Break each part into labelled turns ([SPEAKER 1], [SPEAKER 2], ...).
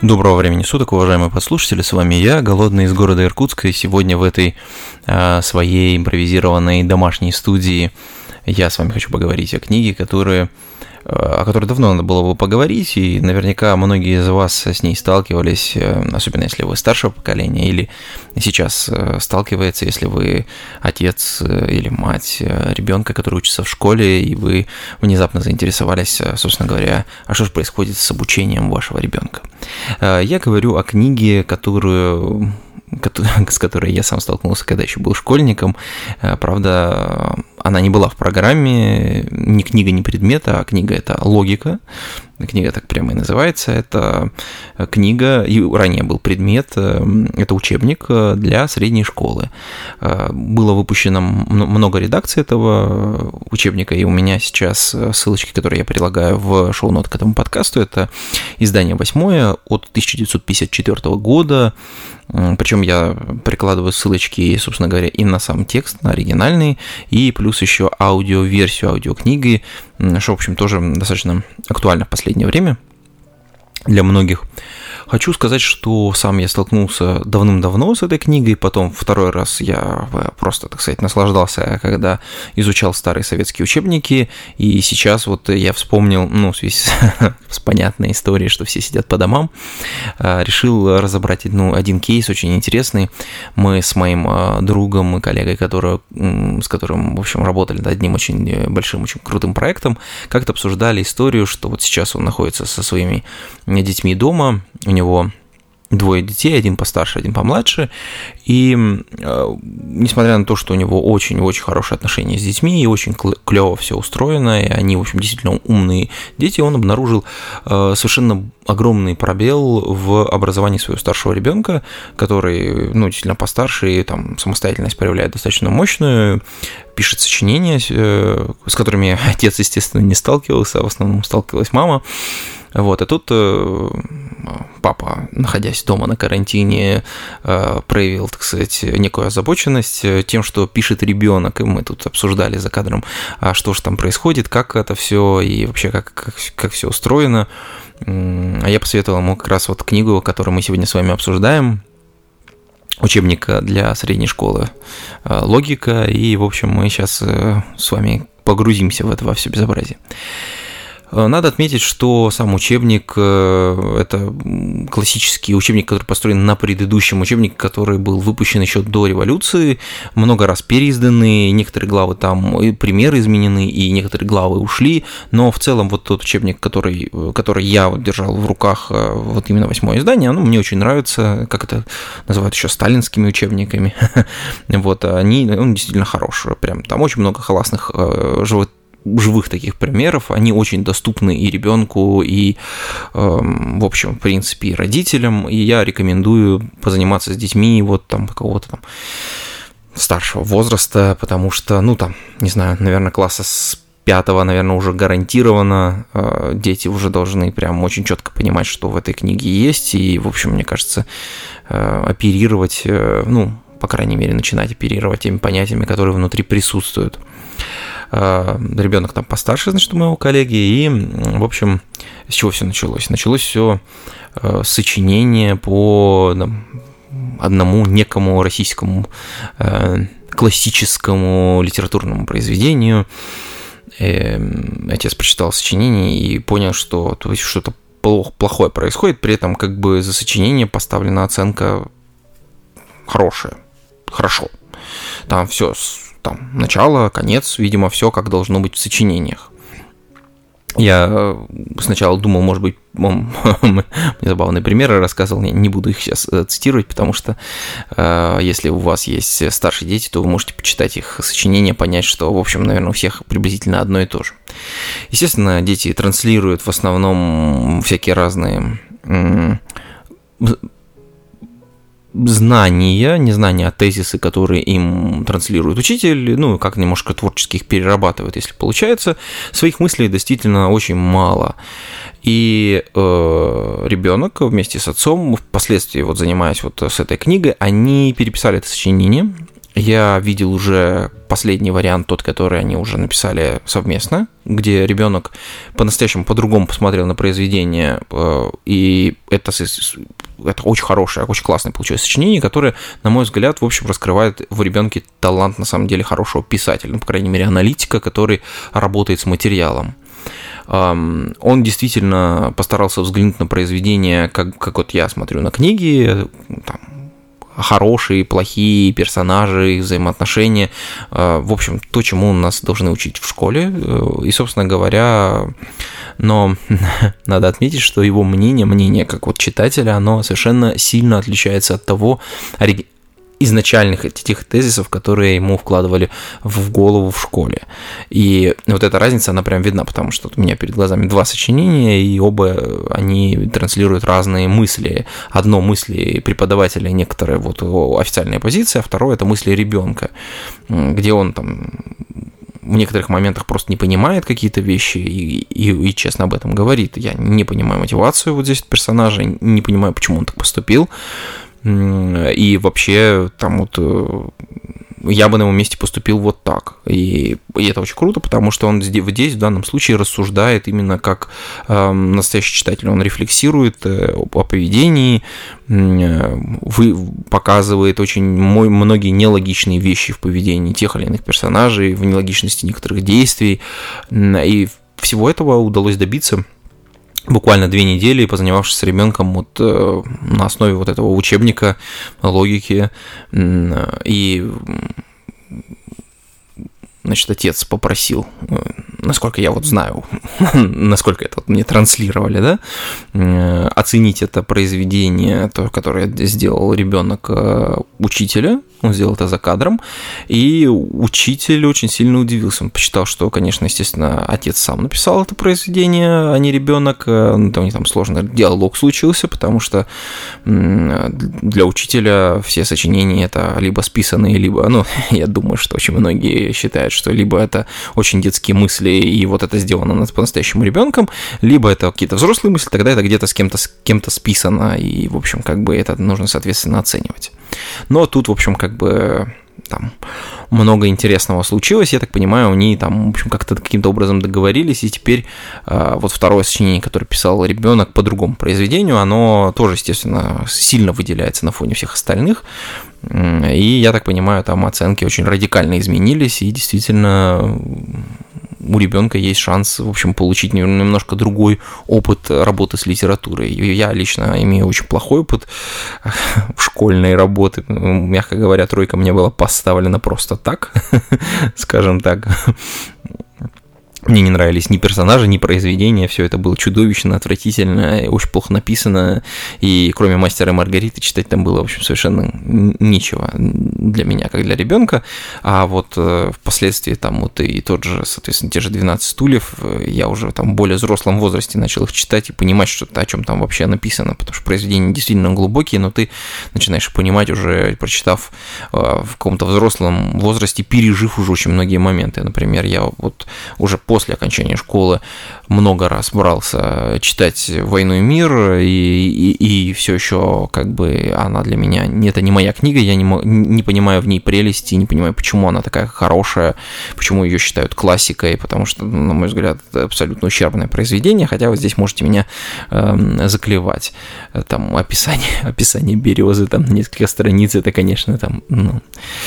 [SPEAKER 1] Доброго времени суток, уважаемые подслушатели, с вами я, Голодный из города Иркутска, и сегодня в этой своей импровизированной домашней студии я с вами хочу поговорить о книге, о которой давно надо было бы поговорить, и наверняка многие из вас с ней сталкивались, особенно если вы старшего поколения, или сейчас сталкивается, если вы отец или мать ребенка, который учится в школе, и вы внезапно заинтересовались, собственно говоря, а что же происходит с обучением вашего ребенка. Я говорю о книге, с которой я сам столкнулся, когда еще был школьником. Правда, она не была в программе, ни книга, ни предмет, а книга – это «Логика». Книга так прямо и называется. Это книга, и ранее был предмет, это учебник для средней школы. Было выпущено много редакций этого учебника, и у меня сейчас ссылочки, которые я прилагаю в шоу-ноты к этому подкасту, это издание 8 от 1954 года. Причем я прикладываю ссылочки, собственно говоря, и на сам текст, на оригинальный, и плюс еще аудиоверсию аудиокниги, что, в общем, тоже достаточно актуально в последнее время для многих. Хочу сказать, что сам я столкнулся давным-давно с этой книгой, потом второй раз я просто, так сказать, наслаждался, когда изучал старые советские учебники, и сейчас вот я вспомнил, в связи с понятной историей, что все сидят по домам, решил разобрать один кейс очень интересный. Мы с моим другом и коллегой, с которым, в общем, работали над одним очень большим, очень крутым проектом, как-то обсуждали историю, что вот сейчас он находится со своими детьми дома, у него двое детей, один постарше, один помладше, и несмотря на то, что у него очень-очень хорошие отношения с детьми, и очень клево все устроено, и они, в общем, действительно умные дети, он обнаружил совершенно огромный пробел в образовании своего старшего ребенка, который, действительно постарше, и там самостоятельность проявляет достаточно мощную, пишет сочинения, с которыми отец, естественно, не сталкивался, а в основном сталкивалась мама. Вот, а тут папа, находясь дома на карантине, проявил, так сказать, некую озабоченность тем, что пишет ребенок, и мы тут обсуждали за кадром, что же там происходит, как это все и вообще как все устроено. А я посоветовал ему как раз вот книгу, которую мы сегодня с вами обсуждаем, учебник для средней школы «Логика», и, в общем, мы сейчас с вами погрузимся во все безобразие. Надо отметить, что сам учебник – это классический учебник, который построен на предыдущем учебнике, который был выпущен еще до революции, много раз переизданный, некоторые главы там и примеры изменены, и некоторые главы ушли, но в целом вот тот учебник, который я держал в руках, вот именно 8 издание, мне очень нравится, как это называют еще сталинскими учебниками, вот, он действительно хорош, прям там очень много классных живых таких примеров, они очень доступны и ребенку, и, в общем, в принципе, и родителям, и я рекомендую позаниматься с детьми вот там какого-то там старшего возраста, потому что, не знаю, наверное, класса с 5-го, наверное, уже гарантированно дети уже должны прям очень четко понимать, что в этой книге есть, и, в общем, мне кажется, оперировать, по крайней мере, начинать оперировать теми понятиями, которые внутри присутствуют. Ребенок там постарше, значит, у моего коллеги, и, в общем, с чего все началось? Началось все с сочинения по одному некому российскому классическому литературному произведению. Отец прочитал сочинение и понял, что что-то плохое происходит, при этом как бы за сочинение поставлена оценка хорошо. Там все, там начало, конец, видимо, все как должно быть в сочинениях. Я сначала думал, может быть, мне забавные примеры рассказывал, не буду их сейчас цитировать, потому что если у вас есть старшие дети, то вы можете почитать их сочинения, понять, что, в общем, наверное, у всех приблизительно одно и то же. Естественно, дети транслируют в основном всякие разные незнания, тезисы, которые им транслирует учитель, как немножко творчески их перерабатывают, если получается. Своих мыслей действительно очень мало. И ребенок вместе с отцом, впоследствии, занимаясь с этой книгой, они переписали это сочинение, Я видел уже последний вариант, тот, который они уже написали совместно, где ребенок по-настоящему по-другому посмотрел на произведение, и это очень хорошее, очень классное получилось сочинение, которое, на мой взгляд, в общем, раскрывает в ребенке талант, на самом деле, хорошего писателя, ну, по крайней мере, аналитика, который работает с материалом. Он действительно постарался взглянуть на произведение, как вот я смотрю на книги, там, хорошие, плохие персонажи, их взаимоотношения, в общем, то, чему нас должны учить в школе, и, собственно говоря, но надо отметить, что его мнение как вот читателя, оно совершенно сильно отличается от того изначальных этих тезисов, которые ему вкладывали в голову в школе. И вот эта разница, она прям видна, потому что у меня перед глазами два сочинения, и оба они транслируют разные мысли. Одно мысли преподавателя, некоторые вот официальная позиция, а второе это мысли ребенка, где он там в некоторых моментах просто не понимает какие-то вещи и честно об этом говорит. Я не понимаю мотивацию вот здесь персонажа, не понимаю, почему он так поступил. И вообще, там вот я бы на его месте поступил вот так. И это очень круто, потому что он здесь в данном случае рассуждает именно как настоящий читатель. Он рефлексирует о поведении, показывает очень многие нелогичные вещи в поведении тех или иных персонажей, в нелогичности некоторых действий. И всего этого удалось добиться буквально 2 недели, позанимавшись с ребенком вот на основе вот этого учебника логики. И, значит, отец попросил, насколько я вот знаю, насколько это вот мне транслировали, да, оценить это произведение, то, которое сделал ребенок учителя. Он сделал это за кадром, и учитель очень сильно удивился. Он посчитал, что, конечно, естественно, отец сам написал это произведение, а не ребенок. У них там сложный диалог случился, потому что для учителя все сочинения это либо списанные, либо, ну, я думаю, что очень многие считают, что либо это очень детские мысли, и вот это сделано по-настоящему ребенком, либо это какие-то взрослые мысли, тогда это где-то с кем-то списано, и, в общем, как бы это нужно, соответственно, оценивать. Но тут, в общем, как бы там много интересного случилось, я так понимаю, они там, в общем, как-то каким-то образом договорились, и теперь вот второе сочинение, которое писал ребенок по другому произведению, оно тоже, естественно, сильно выделяется на фоне всех остальных, и, я так понимаю, там оценки очень радикально изменились, и действительно у ребенка есть шанс, в общем, получить немножко другой опыт работы с литературой. Я лично имею очень плохой опыт школьной работы. Мягко говоря, 3 мне была поставлена просто так, скажем так. Мне не нравились ни персонажи, ни произведения, все это было чудовищно, отвратительно, очень плохо написано, и кроме «Мастера и Маргариты» читать там было, в общем, совершенно нечего для меня, как для ребенка, а вот впоследствии там вот и тот же, соответственно, те же «12 стульев», я уже там в более взрослом возрасте начал их читать и понимать, что-то, о чем там вообще написано, потому что произведения действительно глубокие, но ты начинаешь понимать уже, прочитав в каком-то взрослом возрасте, пережив уже очень многие моменты. Например, я вот уже после окончания школы много раз брался читать «Войну и мир», и все еще как бы она для меня, это не моя книга, я не понимаю в ней прелести, не понимаю, почему она такая хорошая, почему ее считают классикой, потому что, на мой взгляд, это абсолютно ущербное произведение, хотя вот здесь можете меня заклевать. Там описание березы, там несколько страниц, это, конечно, там, ну,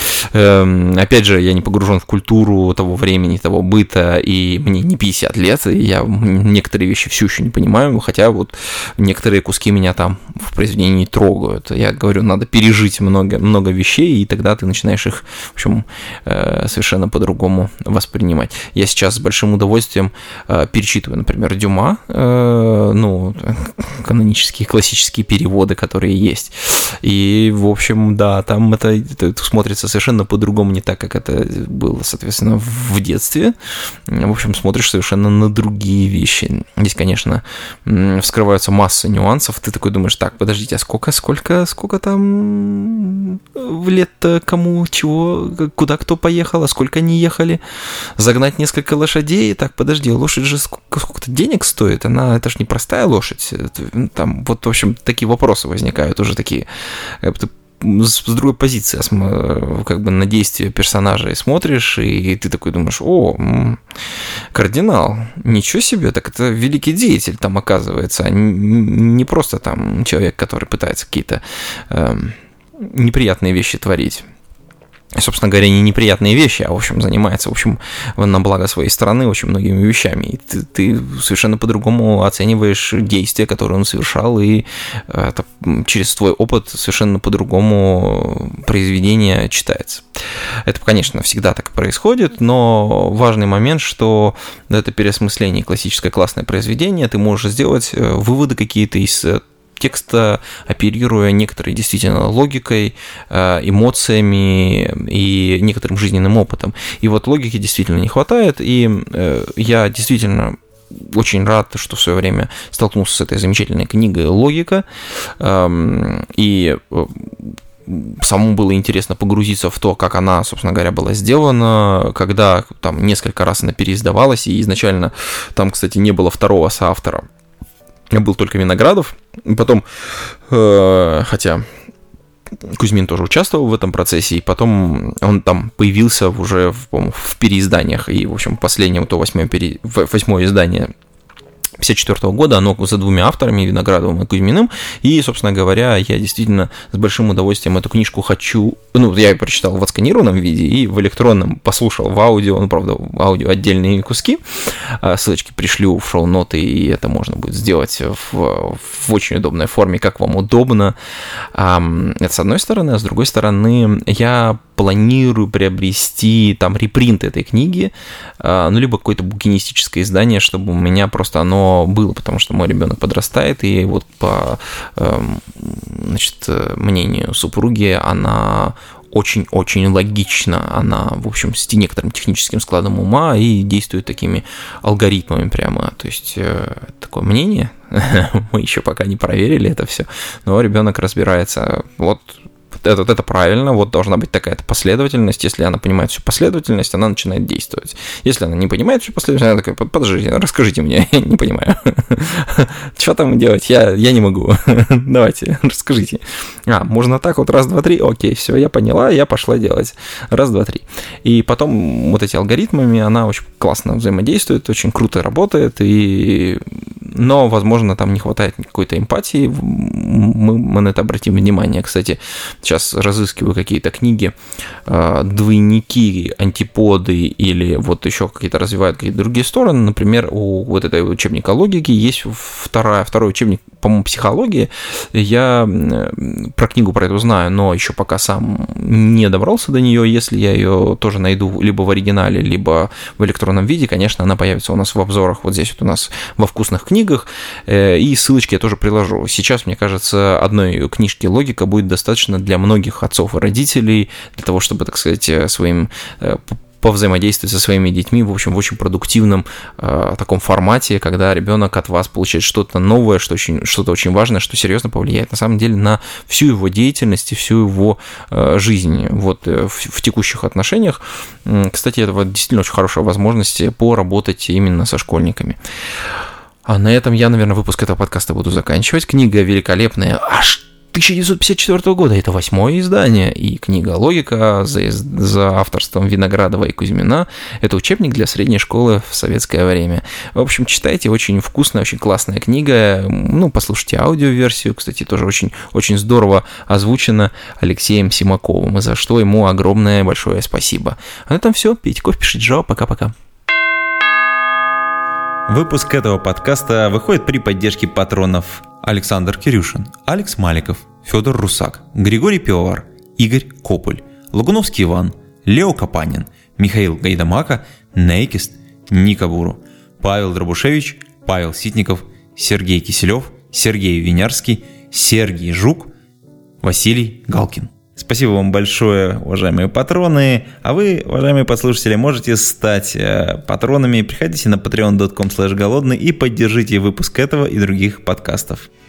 [SPEAKER 1] опять же, я не погружен в культуру того времени, того быта, и мне не 50 лет, и я некоторые вещи все еще не понимаю, хотя вот некоторые куски меня там в произведении трогают. Я говорю, надо пережить много вещей, и тогда ты начинаешь их, в общем, совершенно по-другому воспринимать. Я сейчас с большим удовольствием перечитываю, например, Дюма, ну, канонические, классические переводы, которые есть. И, в общем, да, там это смотрится совершенно по-другому, не так, как это было, соответственно, в детстве. В общем, смотришь совершенно на другие вещи. Здесь, конечно, вскрываются масса нюансов. Ты такой думаешь, так, подождите, а сколько там в лет-то кому, чего, куда кто поехал, а сколько они ехали? Загнать несколько лошадей? Так, подожди, лошадь же сколько-то денег стоит? Это же не простая лошадь. Там, вот, в общем, такие вопросы возникают уже такие. с другой позиции как бы на действия персонажей смотришь, и ты такой думаешь: кардинал, ничего себе, так это великий деятель там оказывается, а не просто там человек, который пытается какие-то неприятные вещи творить. Собственно говоря, не неприятные вещи, а, в общем, занимается, в общем, на благо своей страны очень многими вещами. И ты совершенно по-другому оцениваешь действия, которые он совершал, и это, через твой опыт совершенно по-другому произведение читается. Это, конечно, всегда так и происходит, но важный момент, что это переосмысление классическое классное произведение, ты можешь сделать выводы какие-то из текста, оперируя некоторой действительно логикой, эмоциями и некоторым жизненным опытом. И вот логики действительно не хватает, и я действительно очень рад, что в свое время столкнулся с этой замечательной книгой «Логика», и самому было интересно погрузиться в то, как она, собственно говоря, была сделана, когда там несколько раз она переиздавалась, и изначально там, кстати, не было второго соавтора, был только Виноградов. Потом, хотя Кузьмин тоже участвовал в этом процессе, и потом он там появился уже в переизданиях, и, в общем, последнее, то восьмое издание 1954 года, оно за двумя авторами, Виноградовым и Кузьминым, и, собственно говоря, я действительно с большим удовольствием эту книжку я ее прочитал в отсканированном виде и в электронном послушал в аудио, правда, в аудио отдельные куски, ссылочки пришлю в шоу-ноты, и это можно будет сделать в очень удобной форме, как вам удобно. Это с одной стороны, а с другой стороны, я планирую приобрести там репринт этой книги, либо какое-то букинистическое издание, чтобы у меня просто оно было, потому что мой ребенок подрастает, и вот по мнению супруги, она очень-очень логична, она, в общем, с некоторым техническим складом ума и действует такими алгоритмами прямо, то есть такое мнение, мы еще пока не проверили это все, но ребенок разбирается, вот это правильно, вот должна быть такая-то последовательность, если она понимает всю последовательность, она начинает действовать. Если она не понимает всю последовательность, она такая: подождите, расскажите мне, я не понимаю. Что там делать? Я не могу. Давайте, расскажите. Можно так вот, раз, два, три, окей, все, я поняла, я пошла делать. Раз, два, три. И потом вот эти алгоритмами она очень классно взаимодействует, очень круто работает, но, возможно, там не хватает какой-то эмпатии, мы на это обратим внимание. Кстати, сейчас разыскиваю какие-то книги, двойники, антиподы или вот еще какие-то развивают какие-то другие стороны. Например, у вот этой учебника логики есть второй учебник, по-моему, психологии. Я про книгу про эту знаю, но еще пока сам не добрался до нее. Если я ее тоже найду либо в оригинале, либо в электронном виде, конечно, она появится у нас в обзорах вот здесь вот у нас во вкусных книгах, и ссылочки я тоже приложу. Сейчас, мне кажется, одной книжки «Логика» будет достаточно для многих отцов и родителей, для того, чтобы, так сказать, своим повзаимодействовать со своими детьми, в общем, в очень продуктивном таком формате, когда ребенок от вас получает что-то новое, что-то очень важное, что серьезно повлияет на самом деле на всю его деятельность и всю его жизнь вот в текущих отношениях. Кстати, это вот действительно очень хорошая возможность поработать именно со школьниками. А на этом я, наверное, выпуск этого подкаста буду заканчивать. Книга великолепная, аж 1954 года, это 8-е издание, и книга «Логика» за авторством Виноградова и Кузьмина. Это учебник для средней школы в советское время. В общем, читайте, очень вкусная, очень классная книга. Послушайте аудиоверсию, кстати, тоже очень, очень здорово озвучена Алексеем Симаковым, и за что ему огромное большое спасибо. А на этом все. Пейте кофе, пишите жао. Пока-пока.
[SPEAKER 2] Выпуск этого подкаста выходит при поддержке патронов: Александр Кирюшин, Алекс Маликов, Федор Русак, Григорий Пивовар, Игорь Кополь, Лагуновский Иван, Лео Капанин, Михаил Гайдамака, Нейкист, Ника Буру, Павел Дробушевич, Павел Ситников, Сергей Киселев, Сергей Винярский, Сергей Жук, Василий Галкин. Спасибо вам большое, уважаемые патроны. А вы, уважаемые подслушатели, можете стать патронами. Приходите на patreon.com/голодный и поддержите выпуск этого и других подкастов.